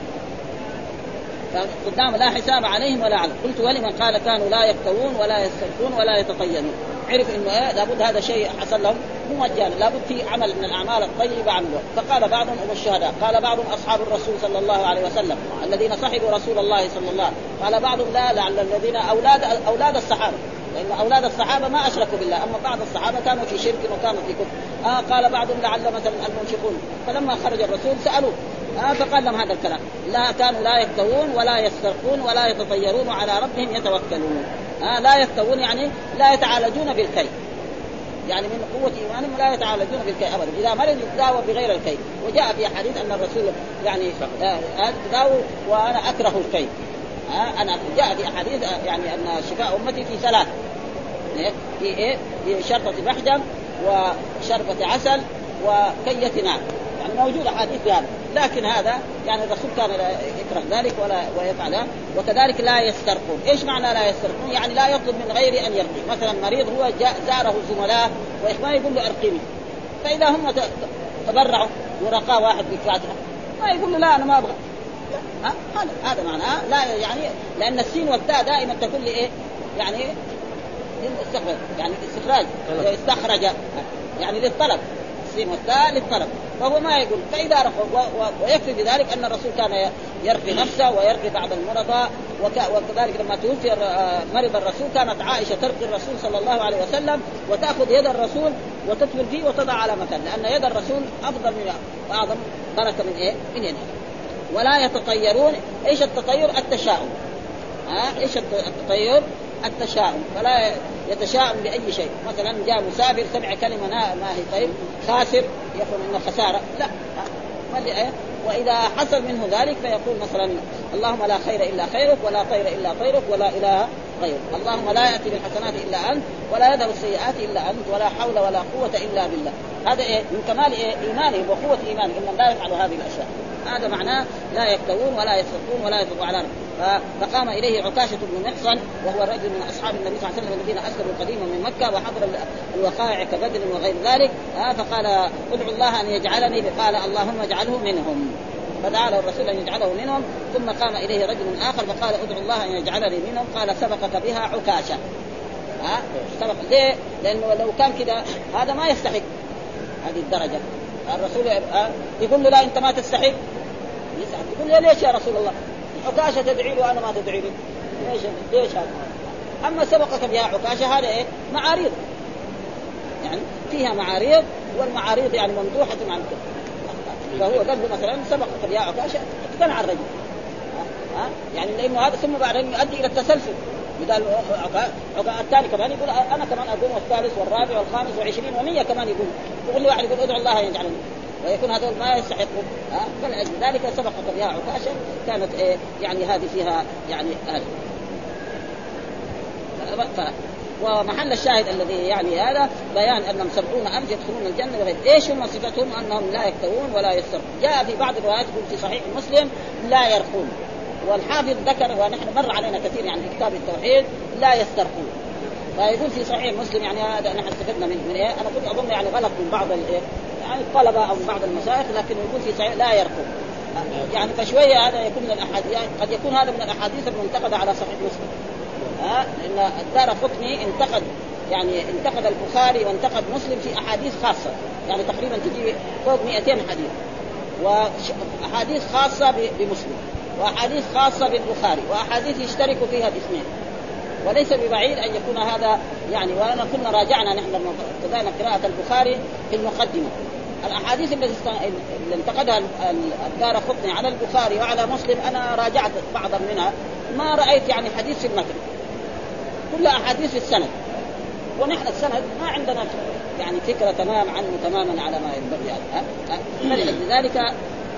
فقدام لا حساب عليهم ولا عذاب. قلت ولمن؟ قال كانوا لا يكتوون ولا يسترقون ولا يتطينون. عرف انه ايه لابد هذا شيء حصل لهم مو مجانا لابد في عمل من الاعمال الطيبه عملوه. فقال بعضهم هم الشهداء. قال بعضهم اصحاب الرسول صلى الله عليه وسلم الذين صحبوا رسول الله صلى الله عليه وسلم. قال بعضهم لا لعل الذين اولاد اولاد الصحابه لان اولاد الصحابه ما اشركوا بالله اما بعض الصحابه كانوا في شرك وكانوا في كفر. آه قال بعضهم لعل مثلا المنفقون. فلما خرج الرسول سالوه آه فقال لهم هذا الكلام لا كانوا لا يكتوون ولا يسترقون ولا يتطيرون وعلى ربهم يتوكلون. آه لا يكتوون يعني لا يتعالجون بالكي. يعني من قوة إيمانهم لا يتعالجون بالكي أبدا. إذا مرض يداوى بغير الكي. وجاء في حديث أن الرسول يعني تداوى وأنا أكره الكي. آه أنا جاء في حديث يعني أن شفاء أمتي في ثلاث في إيه في شربة بحجم وشربة عسل وكية نار. يعني موجود حديث هذا، لكن هذا يعني الرسول كان يكره ذلك ولا ويفعله. وكذلك لا يسترقون. ايش معنى لا يسترقون؟ يعني لا يطلب من غير ان يرقي. مثلا مريض هو جاء زاره زملاء واخوانه يقول له ارقيني، فاذا هم تبرعوا ورقاه واحد بالفاتحه ما يقول له لا انا ما ابغى. هذا هذا معناه لا، يعني لان السين والتاء دائما تكون لي ايه يعني للاستخراج، يعني الاستخراج استخرج يعني للطلب، السين والتاء للطلب، فهو ما يقول. فاذا رفض ويكفي بذلك ان الرسول كان يرقي نفسه ويرقي بعض المرضى. وكذلك لما توفي مرض الرسول كانت عائشه ترقي الرسول صلى الله عليه وسلم وتاخذ يد الرسول وتطفل فيه وتضع على مكان، لان يد الرسول افضل من اعظم بركه من ايه من يده. ولا يتطيرون. ايش التطير؟ التشاؤم. ها ايش التطير؟ التشاؤم. فلا يتشاؤم باي شيء. مثلا جاء مسافر سمع كلمه ما هي طيب خاسر يفهم انه خساره، لا ما. واذا حصل منه ذلك فيقول مثلا اللهم لا خير الا خيرك ولا طير الا طيرك ولا اله غيرك، اللهم لا ياتي بالحسنات الا انت ولا يذهب السيئات الا انت ولا حول ولا قوه الا بالله. هذا إيه؟ من كمال إيه؟ ايمانه وقوه ايمانه ان لا يفعل هذه الاشياء. هذا معناه لا يكتوون ولا يسرقون ولا يفرقوا على رأسه. فقام إليه عكاشة بن محصن وهو الرجل من أصحاب النبي صلى الله عليه وسلم الذين أسلموا قديما من مكة وحضر الوقائع كبدر وغير ذلك. فقال ادعو الله أن يجعلني، قال اللهم اجعله منهم، فدعا له الرسول أن يجعله منهم. ثم قام إليه رجل آخر فقال ادعو الله أن يجعلني منهم، قال سبقك بها عكاشة. ها سبق ليه؟ لأنه لو كان كده هذا ما يستحق هذه الدرجة. الرسول يقول له لا أنت ما تستحق، يقول له ليش يا رسول الله عكاشة تدعي له وأنا ما تدعي لي؟ ليش ليش هذا؟ أما سبقك بها عكاشة هذا إيه؟ معاريض، يعني فيها معاريض، والمعاريض يعني ممدوحة عن كده. فهو قال له مثلا سبقك بها عكاشة اقتنع الرجل، ها يعني لأنه هذا ثم بعدين يؤدي إلى التسلسل. قال الثاني كمان يقول أنا كمان أقول، والثالث والرابع والخامس وعشرين ومية كمان يقول. يقول له واحد يقول ادعو الله يجعلني، ويكون هذول ما يستحقون. ها فلأجل ذلك سبقت بها عكاشة كانت إيه يعني هذه فيها يعني هذا. ومحل الشاهد الذي يعني هذا بيان أنهم سبعون ألف يدخلون الجنة بغير. إيش هم صفتهم؟ أنهم لا يكتوون ولا يسرقون. جاء في بعض الروايات يقول في صحيح مسلم لا يرقون، والحافظ ذكر ونحن مر علينا كثير يعني في كتاب التوحيد لا يسترقون. فيقول في صحيح مسلم يعني هذا نحن استفدنا من, من إيه؟ أنا كنت أظن يعني غلط من بعض الإيه يعني الطلبة أو من بعض المشايخ، لكن يقول في صحيح لا يرقون. يعني فشوية هذا يكون من الأحاديث، يعني قد يكون هذا من الأحاديث المنتقدة على صحيح مسلم. ها لأن الدارقطني انتقد يعني انتقد البخاري وانتقد مسلم في أحاديث خاصة، يعني تقريبا تجي فوق مئتين حديث، وأحاديث خاصة بمسلم وأحاديث خاصة بالبخاري وأحاديث يشتركوا فيها الاثنين. وليس ببعيد أن يكون هذا يعني. وأنا كنا راجعنا نحن ابتدأنا قراءة البخاري في المقدمة الأحاديث اللي انتقدها الدارقطني على البخاري وعلى مسلم، أنا راجعت بعضا منها ما رأيت يعني حديث في المتن، كل أحاديث في السند، ونحن السند ما عندنا يعني فكرة تمام عنه تماما على ما ينبغي يعني. فلذلك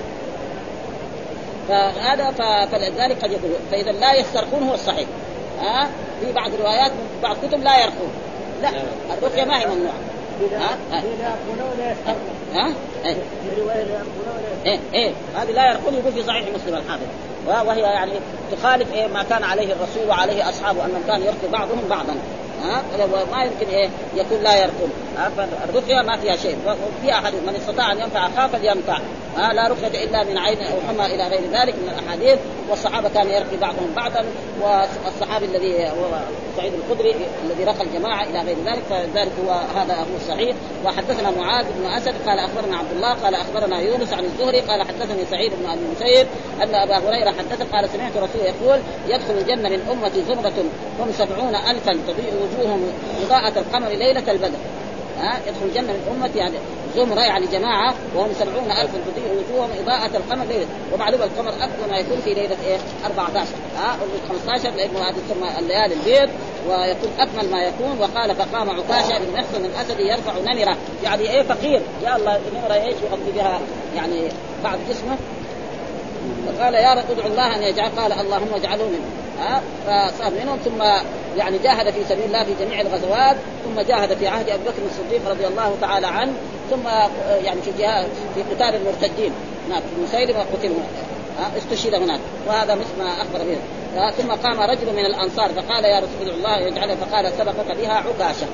فهذا فلذلك قد يقول فإذا لا يسترقون هو الصحيح. ها في بعض الروايات بعض كتب لا يرقون، لا الرقية ما هي ممنوعة. ها ها ايه ايه ايه هذه لا يرقون يقول في صحيح مسلم الحافظ، وهي يعني تخالف إيه ما كان عليه الرسول وعليه أصحابه أنهم كان يرقي بعضهم بعضا. ها وما يمكن إيه يكون لا يرقون. الرقية ما فيها شيء، وفي أحد من استطاع أن ينفع أخاه فلينفع. ها لا رقية إلا من عين أو حمى إلى غير ذلك من الأحاديث. والصحابة كان يرقي بعضهم بعضا، والصحابي الذي هو سعيد الخدري الذي رقى الجماعة إلى غير ذلك، فذلك هو هذا هو الصحيح. وحدثنا معاذ بن أسد قال أخبرنا عبد الله قال أخبرنا يونس عن الزهري قال حدثني سعيد بن أبي المسيب أن أبا هريرة حدث قال سمعت رسول يقول يدخل الجنة من أمتي زمرة هم سبعون ألفا تضيء وجوههم إضاءة القمر ليلة البدر. ها يدخل الجنة من أمتي يعني زمرة يعني جماعة وهم سبعون ألفا تضيء وجوههم إضاءة القمر ليلة. ومعلوم القمر أكثر ما يكون في ليلة إيه أربعة عشر ها أو خمسة عشر لأنه هذه تسمى الليالي البيض ويكون أكمل ما يكون. وقال فقام عكاشة بن محصن الأسدي يرفع نمرة يعني إيه فقير يا الله النمرة إيش يغطي بها يعني بعض جسمه، فقال يا رب ادعو الله أن يجعل، قال اللهم اجعله منه. ها فصار منهم. ثم يعني جاهد في سبيل الله في جميع الغزوات، ثم جاهد في عهد أبي بكر الصديق رضي الله تعالى عنه، ثم يعني في جهاد في قتال المرتدين هناك في مسيلمة قتل استشهد هناك، وهذا مثل ما أخبر به. ثم قام رجل من الأنصار فقال يا رسول الله يجعله، فقال سبقك بها عكاشة.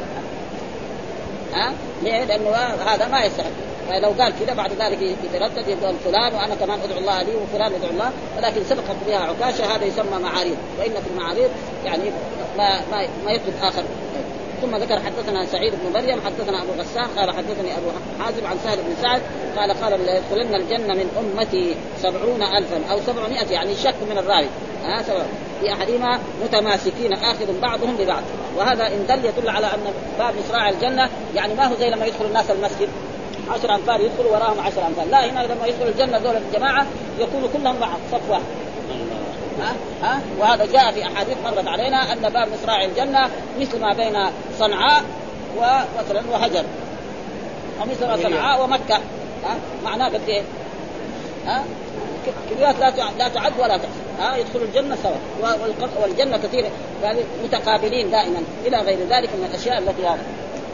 ها ليه؟ لأنه هذا ما يستحق. لو قال كذا بعد ذلك يتردد يقول فلان وأنا كمان أدعو الله لي وفلان أدعو الله، ولكن سبقت بها عكاشة هذا يسمى معاريض، وإن في المعاريض يعني ما ما ما يطلب آخر. ثم ذكر حدثنا سعيد بن مريم حدثنا أبو غسان قال حدثني أبو حازم عن سهل بن سعد قال قال ليدخلن الجنة من أمتي سبعون ألفا أو سبعمائة، يعني شك من الراوي ها سبع في أحدهما متماسكين آخذ بعضهم ببعض. وهذا إن دل يدل على أن باب مصراع الجنة يعني ما هو زي لما يدخل الناس المسجد عشر أنفار يدخلوا وراهم عشر أنفار، لا، هنا لما يدخل الجنة دول الجماعة يكونوا كلهم بعض صف واحد. ها ها وهذا جاء في أحاديث مرت علينا أن باب مصراع الجنة مثل ما بين صنعاء ومثلا وهجر، أو مثل ما صنعاء ومكة. ها معناه قد إيه؟ ها كليات لا لا تعد ولا تحصى. ها يدخلوا الجنة سوا، والجنة كثير يعني متقابلين دائما إلى غير ذلك من الأشياء التي هذا.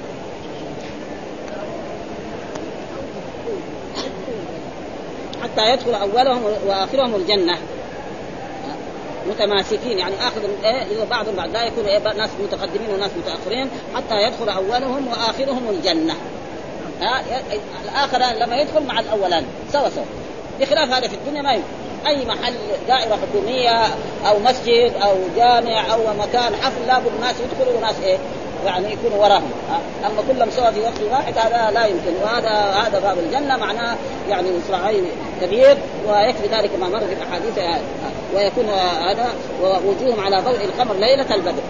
حتى يدخل أولهم وآخرهم الجنة متماسكين، يعني آخذ إيه بعض بعد لا يكون إيه ناس متقدمين وناس متأخرين، حتى يدخل أولهم وآخرهم الجنة. ها الآخر لما يدخل مع الأولان سوا سوا، بخلاف هذا في الدنيا ما يمكن. أي محل دائرة حكومية أو مسجد أو جامع أو مكان حفل لابد الناس يدخلوا وناس إيه يعني يكونوا وراهم. أما كلهم سوا في وقت واحد هذا لا يمكن. وهذا هذا باب الجنة معناه يعني مصراعين كبير، ويكفي ذلك ما مر في الأحاديث. ويكون هذا ووجوههم على ضوء القمر ليلة البدر.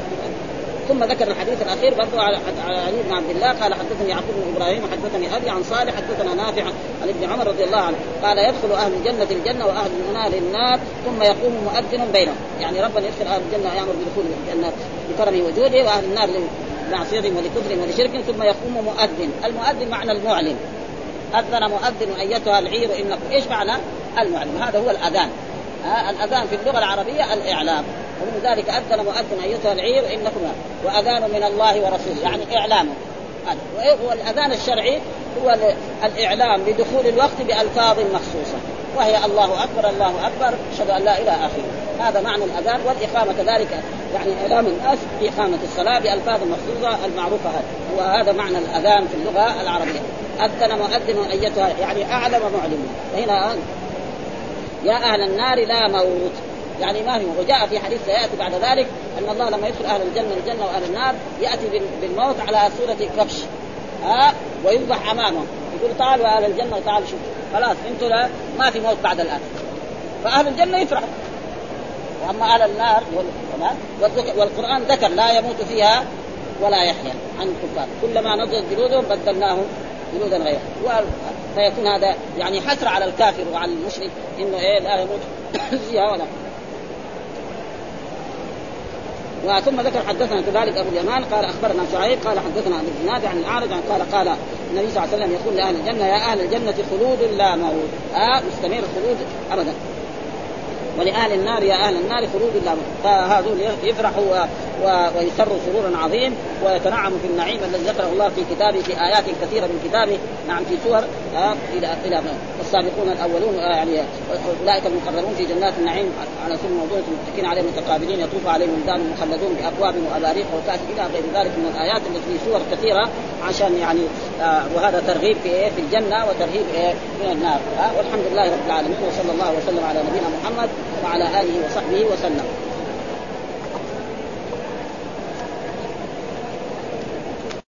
ثم ذكر الحديث الأخير برضو على علي بن عبد الله قال حدثني يعقوب بن إبراهيم حدثني أبي عن صالح حدثنا نافع عن ابن عمر رضي الله عنه قال يدخل أهل الجنة الجنة وأهل النار النار ثم يقوم مؤذن بينهم، يعني ربنا يدخل أهل الجنة يأمر بدخول الجنة بكرم وجوده، وأهل النار لمعصيتهم ولكفرهم ولشركهم، ثم يقوم مؤذن. المؤذن معنى المعلم، أذن مؤذن أيتها العير إنكم. إيش معنى المعلم؟ هذا هو الأذان. آه الأذان في اللغة العربية الإعلام، ومن ذلك أذن مؤذن أيتها العير إنكم، وأذان من الله ورسوله يعني إعلامه. والأذان الشرعي هو الإعلام بدخول الوقت بألفاظ مخصوصة، وهي الله أكبر الله أكبر أشهد أن لا إله إلا آخره. هذا معنى الأذان. والإقامة كذلك يعني إعلام الناس بإقامة الصلاة بألفاظ مخصوصة المعروفة هذا، وهذا معنى الأذان في اللغة العربية. أذن مؤذن أيتها يعني أعلم معلم. وهنا يا أهل النار لا موت، يعني ما هو. وجاء في حديث سيأتي بعد ذلك أن الله لما يدخل أهل الجنة الجنة وأهل النار يأتي بالموت على صورة كبش ها ويذبح أمامهم، يقول تعالوا أهل الجنة تعالوا شوفوا خلاص انتوا لا ما في موت بعد الآن. فأهل الجنة يفرحوا، وأما أهل النار والقرآن ذكر لا يموت فيها ولا يحيا عن الكفار، كلما نضجت جلودهم بدلناهم جلودا غيرها. فيكون هذا يعني حسر على الكافر وعلى المشرك إنه إيه لا يموت فيها ولا. وثم ذكر حدثنا كذلك أبو اليمان قال أخبرنا شعيب قال حدثنا أبو الزناد عن الأعرج عن قال قال النبي صلى الله عليه وسلم يقول لأهل الجنة يا أهل الجنة خلود لا موت، آه مستمر خلود أبدا. ولأهل النار يا أهل النار خلود لا موت. فهذول يفرحوا و... و... ويسروا سرورا عظيم ويتنعموا في النعيم الذي ذكره الله في كتابه في آيات كثيرة من كتابه، نعم في سور آه إلى إلى السابقون الأولون آه يعني أولئك المقربون في جنات النعيم على سور موضوع متكئين عليهم متقابلين يطوف عليهم ولدان مخلدون بأكواب وأباريق وكأس إلى غير ذلك من الآيات التي في سور كثيرة عشان يعني آه وهذا ترغيب في إيه في الجنة وترهيب إيه من النار. آه والحمد لله رب العالمين، وصلى الله وسلم على نبينا محمد وعلى آله وصحبه وسلم.